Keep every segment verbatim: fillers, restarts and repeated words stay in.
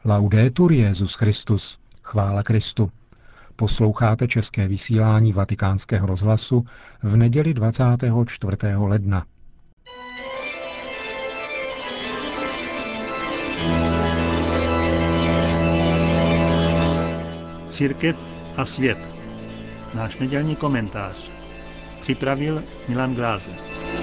Laudetur Jesus Christus. Chvála Kristu. Posloucháte české vysílání Vatikánského rozhlasu v neděli dvacátého čtvrtého ledna. Církev a svět. Náš nedělní komentář. Připravil Milan Glázer.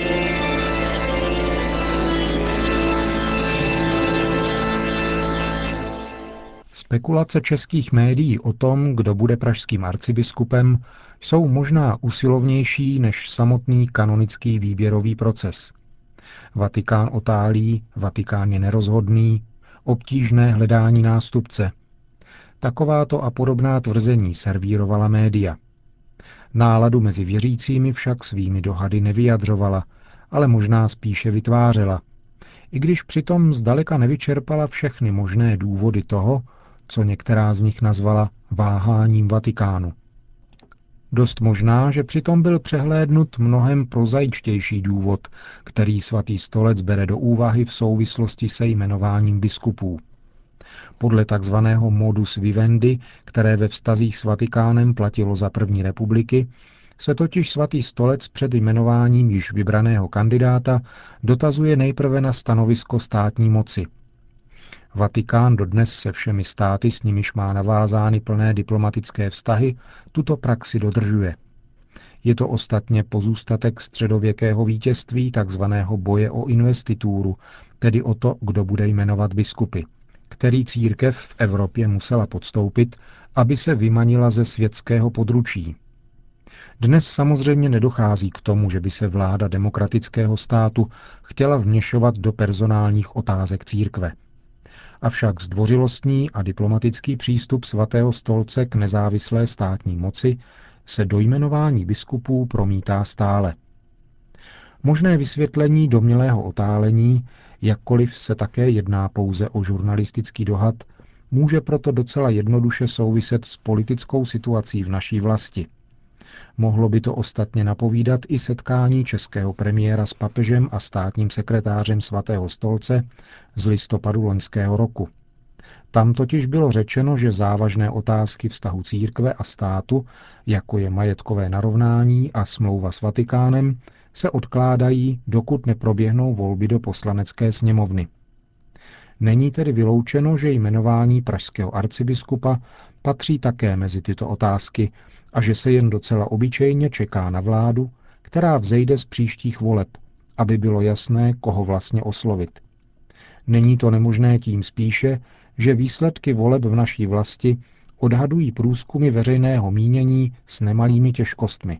Spekulace českých médií o tom, kdo bude pražským arcibiskupem, jsou možná usilovnější než samotný kanonický výběrový proces. Vatikán otálí, Vatikán je nerozhodný, obtížné hledání nástupce. Takováto a podobná tvrzení servírovala média. Náladu mezi věřícími však svými dohady nevyjadřovala, ale možná spíše vytvářela, i když přitom zdaleka nevyčerpala všechny možné důvody toho, co některá z nich nazvala váháním Vatikánu. Dost možná, že přitom byl přehlédnut mnohem prozaičtější důvod, který svatý stolec bere do úvahy v souvislosti se jmenováním biskupů. Podle takzvaného modus vivendi, které ve vztazích s Vatikánem platilo za první republiky, se totiž svatý stolec před jmenováním již vybraného kandidáta dotazuje nejprve na stanovisko státní moci. Vatikán dodnes se všemi státy, s nimiž má navázány plné diplomatické vztahy, tuto praxi dodržuje. Je to ostatně pozůstatek středověkého vítězství takzvaného boje o investituru, tedy o to, kdo bude jmenovat biskupy, který církev v Evropě musela podstoupit, aby se vymanila ze světského područí. Dnes samozřejmě nedochází k tomu, že by se vláda demokratického státu chtěla vměšovat do personálních otázek církve. Avšak zdvořilostní a diplomatický přístup svatého stolce k nezávislé státní moci se do jmenování biskupů promítá stále. Možné vysvětlení domnělého otálení, jakkoliv se také jedná pouze o žurnalistický dohad, může proto docela jednoduše souviset s politickou situací v naší vlasti. Mohlo by to ostatně napovídat i setkání českého premiéra s papežem a státním sekretářem svatého stolce z listopadu loňského roku. Tam totiž bylo řečeno, že závažné otázky vztahu církve a státu, jako je majetkové narovnání a smlouva s Vatikánem, se odkládají, dokud neproběhnou volby do poslanecké sněmovny. Není tedy vyloučeno, že jmenování pražského arcibiskupa patří také mezi tyto otázky a že se jen docela obyčejně čeká na vládu, která vzejde z příštích voleb, aby bylo jasné, koho vlastně oslovit. Není to nemožné tím spíše, že výsledky voleb v naší vlasti odhadují průzkumy veřejného mínění s nemalými těžkostmi.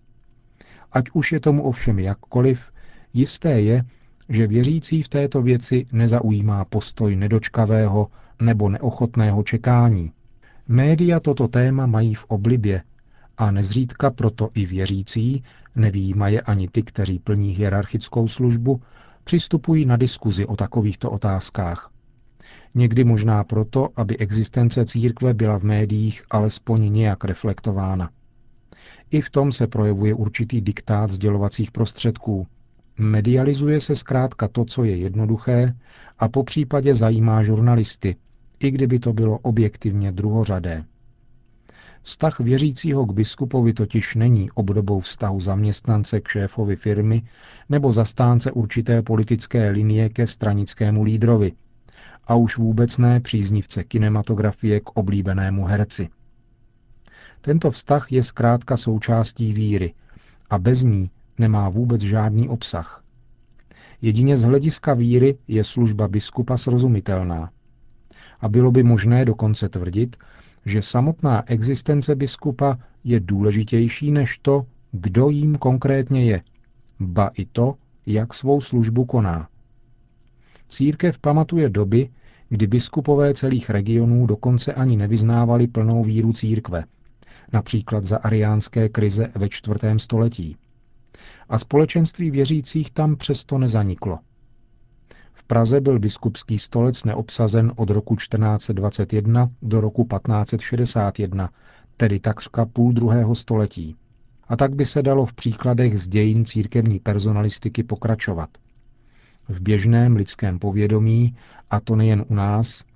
Ať už je tomu ovšem jakkoliv, jisté je, že věřící v této věci nezaujímá postoj nedočkavého nebo neochotného čekání. Média toto téma mají v oblibě a nezřídka proto i věřící, nevyjímaje ani ty, kteří plní hierarchickou službu, přistupují na diskuzi o takovýchto otázkách. Někdy možná proto, aby existence církve byla v médiích alespoň nějak reflektována. I v tom se projevuje určitý diktát sdělovacích prostředků. Medializuje se zkrátka to, co je jednoduché a popřípadě zajímá žurnalisty, i kdyby to bylo objektivně druhořadé. Vztah věřícího k biskupovi totiž není obdobou vztahu zaměstnance k šéfovi firmy nebo zastánce určité politické linie ke stranickému lídrovi, a už vůbec ne příznivce kinematografie k oblíbenému herci. Tento vztah je zkrátka součástí víry a bez ní nemá vůbec žádný obsah. Jedině z hlediska víry je služba biskupa srozumitelná. A bylo by možné dokonce tvrdit, že samotná existence biskupa je důležitější než to, kdo jím konkrétně je, ba i to, jak svou službu koná. Církev pamatuje doby, kdy biskupové celých regionů dokonce ani nevyznávali plnou víru církve, například za ariánské krize ve čtvrtém století. A společenství věřících tam přesto nezaniklo. V Praze byl biskupský stolec neobsazen od roku čtrnáct set dvacet jedna do roku patnáct set šedesát jedna, tedy takřka půl druhého století. A tak by se dalo v příkladech z dějin církevní personalistiky pokračovat. V běžném lidském povědomí, a to nejen u nás,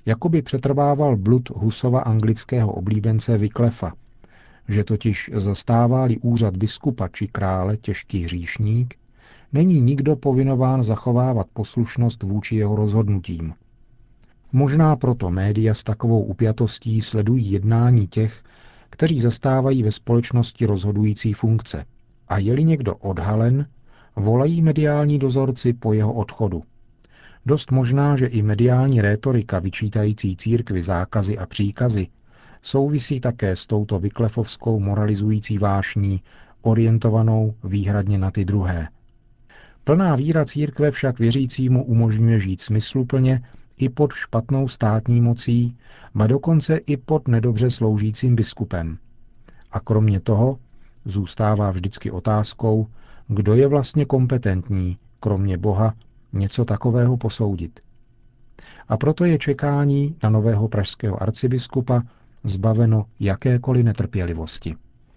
jako by přetrvával blud Husova anglického oblíbence Wycliffa, že totiž zastává-li úřad biskupa či krále těžký hříšník, není nikdo povinován zachovávat poslušnost vůči jeho rozhodnutím. Možná proto média s takovou upjatostí sledují jednání těch, kteří zastávají ve společnosti rozhodující funkce. A je-li někdo odhalen, volají mediální dozorci po jeho odchodu. Dost možná, že i mediální rétorika vyčítající církvi zákazy a příkazy souvisí také s touto vyklefovskou moralizující vášní, orientovanou výhradně na ty druhé. Plná víra církve však věřícímu umožňuje žít smysluplně i pod špatnou státní mocí, ba dokonce i pod nedobře sloužícím biskupem. A kromě toho zůstává vždycky otázkou, kdo je vlastně kompetentní, kromě Boha, něco takového posoudit. A proto je čekání na nového pražského arcibiskupa zbaveno jakékoliv netrpělivosti.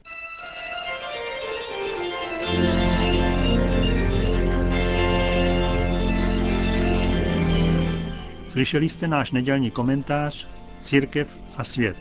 Slyšeli jste náš nedělní komentář Církev a svět.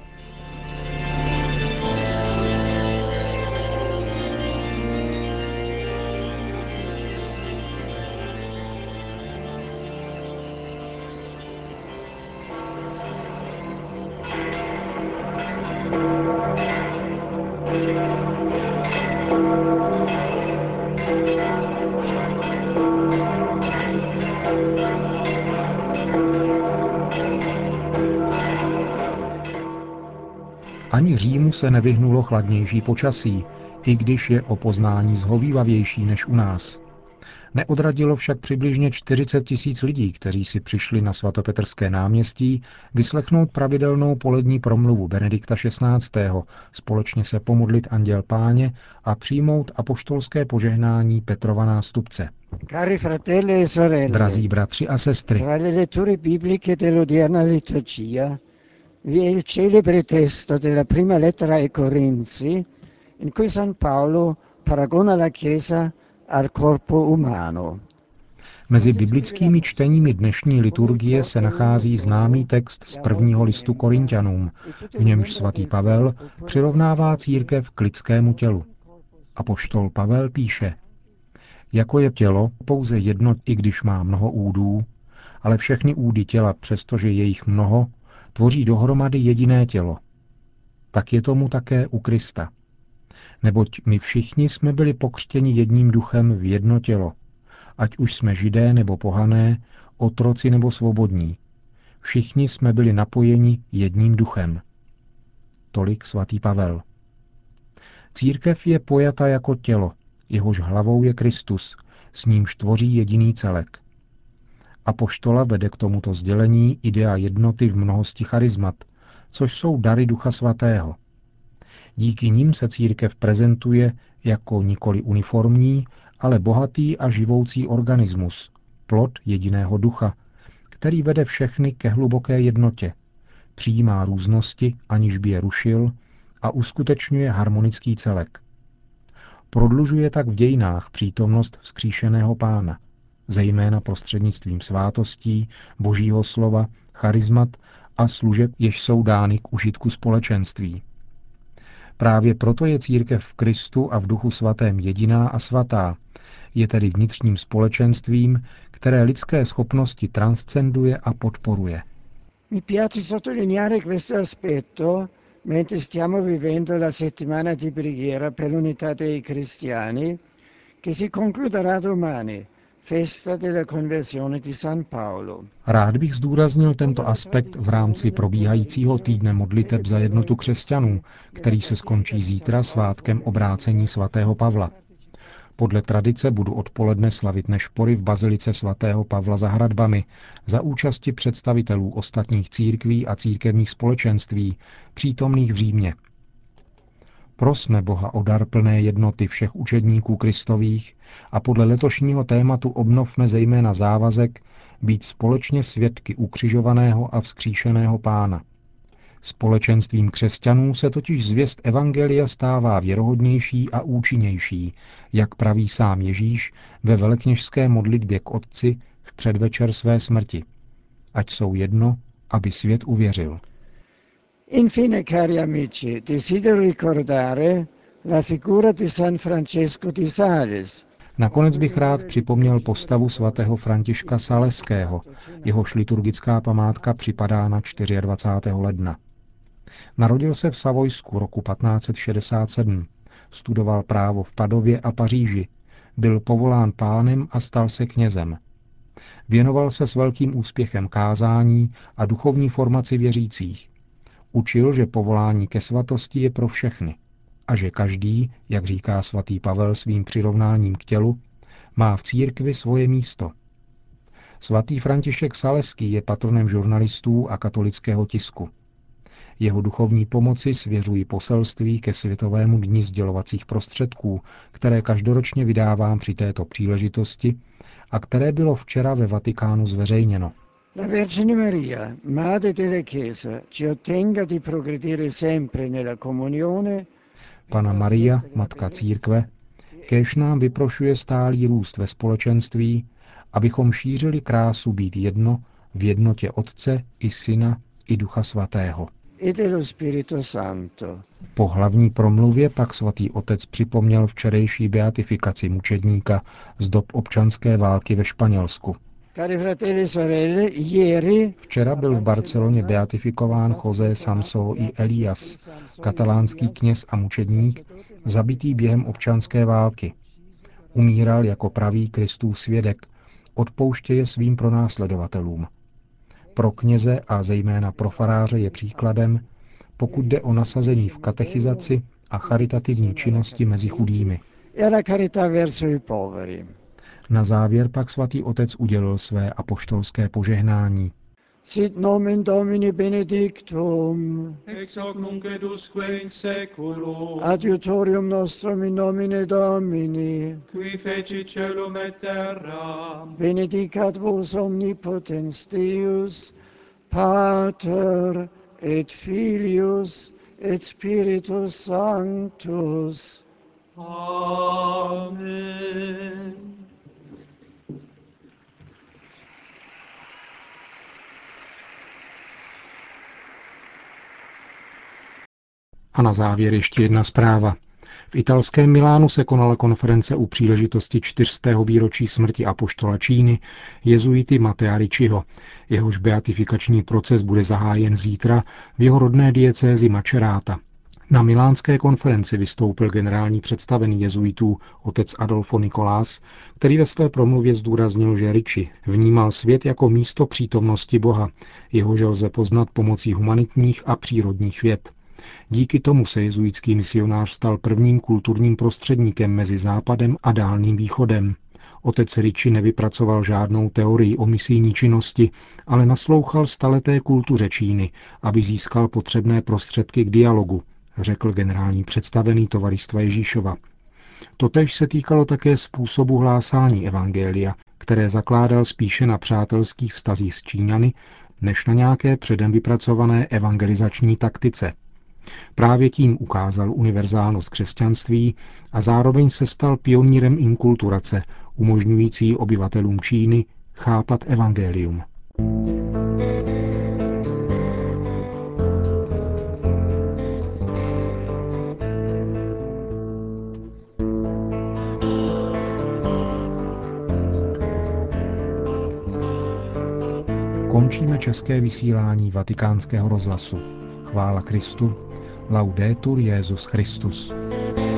Ani Římu se nevyhnulo chladnější počasí, i když je o poznání zhovývavější než u nás. Neodradilo však přibližně čtyřicet tisíc lidí, kteří si přišli na svatopetrské náměstí vyslechnout pravidelnou polední promluvu Benedikta šestnáctého, společně se pomodlit Anděl Páně a přijmout apoštolské požehnání Petrova nástupce. Cari fratelli e sorelle, Drazí bratři a sestry, tra le letture bibliche dell'odierna liturgia vi è il celebre testo della prima lettera ai Corinzi, in cui San Paolo paragona la Chiesa al corpo umano. Mezi biblickými čteními dnešní liturgie se nachází známý text z prvního listu Korinťanům, v němž svatý Pavel přirovnává církev k lidskému tělu. Apoštol Pavel píše: Jako je tělo pouze jedno, i když má mnoho údů, ale všechny údy těla, přestože je jich mnoho, tvoří dohromady jediné tělo. Tak je tomu také u Krista. Neboť my všichni jsme byli pokřtěni jedním duchem v jedno tělo, ať už jsme Židé nebo pohané, otroci nebo svobodní. Všichni jsme byli napojeni jedním duchem. Tolik svatý Pavel. Církev je pojata jako tělo, jehož hlavou je Kristus, s nímž tvoří jediný celek. Apoštola vede k tomuto sdělení idea jednoty v mnohosti charizmat, což jsou dary Ducha Svatého. Díky nim se církev prezentuje jako nikoli uniformní, ale bohatý a živoucí organismus, plod jediného ducha, který vede všechny ke hluboké jednotě, přijímá různosti, aniž by je rušil, a uskutečňuje harmonický celek. Prodlužuje tak v dějinách přítomnost vzkříšeného Pána, zejména prostřednictvím svátostí, Božího slova, charizmat a služeb, jež jsou dány k užitku společenství. Právě proto je církev v Kristu a v Duchu Svatém jediná a svatá, je tedy vnitřním společenstvím, které lidské schopnosti transcenduje a podporuje. Mi piace sottolineare questo aspetto mentre stiamo vivendo la settimana di preghiera per l'unità dei cristiani, che si concluderà domani, festa della conversione di San Paolo. Rád bych zdůraznil tento aspekt v rámci probíhajícího týdne modliteb za jednotu křesťanů, který se skončí zítra svátkem obrácení svatého Pavla. Podle tradice budu odpoledne slavit nešpory v bazilice svatého Pavla za hradbami za účasti představitelů ostatních církví a církevních společenství přítomných v Římě. Prosme Boha o dar plné jednoty všech učedníků Kristových a podle letošního tématu obnovme zejména závazek být společně svědky ukřižovaného a vzkříšeného Pána. Společenstvím křesťanů se totiž zvěst evangelia stává věrohodnější a účinnější, jak praví sám Ježíš ve velekněžské modlitbě k Otci v předvečer své smrti. Ať jsou jedno, aby svět uvěřil. Infine, cari amici, desidero ricordare la figura di San Francesco di Sales. Nakonec bych rád připomněl postavu svatého Františka Saleského, jehož liturgická památka připadá na dvacátého čtvrtého ledna. Narodil se v Savojsku roku patnáct set šedesát sedm, studoval právo v Padově a Paříži, byl povolán pánem a stal se knězem. Věnoval se s velkým úspěchem kázání a duchovní formaci věřících. Učil, že povolání ke svatosti je pro všechny a že každý, jak říká svatý Pavel svým přirovnáním k tělu, má v církvi svoje místo. Svatý František Saleský je patronem žurnalistů a katolického tisku. Jeho duchovní pomoci svěřují poselství ke Světovému dni sdělovacích prostředků, které každoročně vydávám při této příležitosti a které bylo včera ve Vatikánu zveřejněno. La Vergine Maria, Madre della Chiesa, ci ottenga di progredire sempre nella comunione. Panna Maria, Matka církve, kéž nám vyprošuje stálý růst ve společenství, abychom šířili krásu být jedno v jednotě Otce i Syna i Ducha Svatého. E dello Spirito Santo. Po hlavní promluvě pak svatý otec připomněl včerejší beatifikaci mučedníka z dob občanské války ve Španělsku. Cari fratelli e sorelle, ieri Včera byl v Barceloně beatifikován José Samso y Elias, katalánský kněz a mučedník, zabitý během občanské války. Umíral jako pravý Kristův svědek, odpouštěje svým pronásledovatelům. Pro kněze a zejména pro faráře je příkladem, pokud jde o nasazení v katechizaci a charitativní činnosti mezi chudými. e la carità verso i poveri. Na závěr pak svatý otec udělil své apoštolské požehnání. Sit nomen Domini benedictum, ex hoc nunc et usque in seculum, adiutorium nostrum in nomine Domini, qui feci celum et terra, benedicat vos omnipotens Deus, Pater et Filius et Spiritus Sanctus. Amen. A na závěr ještě jedna zpráva. V italském Milánu se konala konference u příležitosti čtyřstého výročí smrti apoštola Číny, jezuity Matea Ricciho. Jehož beatifikační proces bude zahájen zítra v jeho rodné diecézi Macerata. Na milánské konferenci vystoupil generální představený jezuitů otec Adolfo Nicolás, který ve své promluvě zdůraznil, že Ricci vnímal svět jako místo přítomnosti Boha, jehož lze poznat pomocí humanitních a přírodních věd. Díky tomu se jezuitský misionář stal prvním kulturním prostředníkem mezi Západem a Dálným východem. Otec Ricci nevypracoval žádnou teorii o misijní činnosti, ale naslouchal staleté kultuře Číny, aby získal potřebné prostředky k dialogu, řekl generální představený Tovaristva Ježíšova. Totéž se týkalo také způsobu hlásání evangelia, které zakládal spíše na přátelských vztazích s Číňany, než na nějaké předem vypracované evangelizační taktice. Právě tím ukázal univerzálnost křesťanství a zároveň se stal pionýrem inkulturace, umožňující obyvatelům Číny chápat evangelium. Končíme české vysílání Vatikánského rozhlasu. Chvála Kristu. Laudetur Jesus Christus.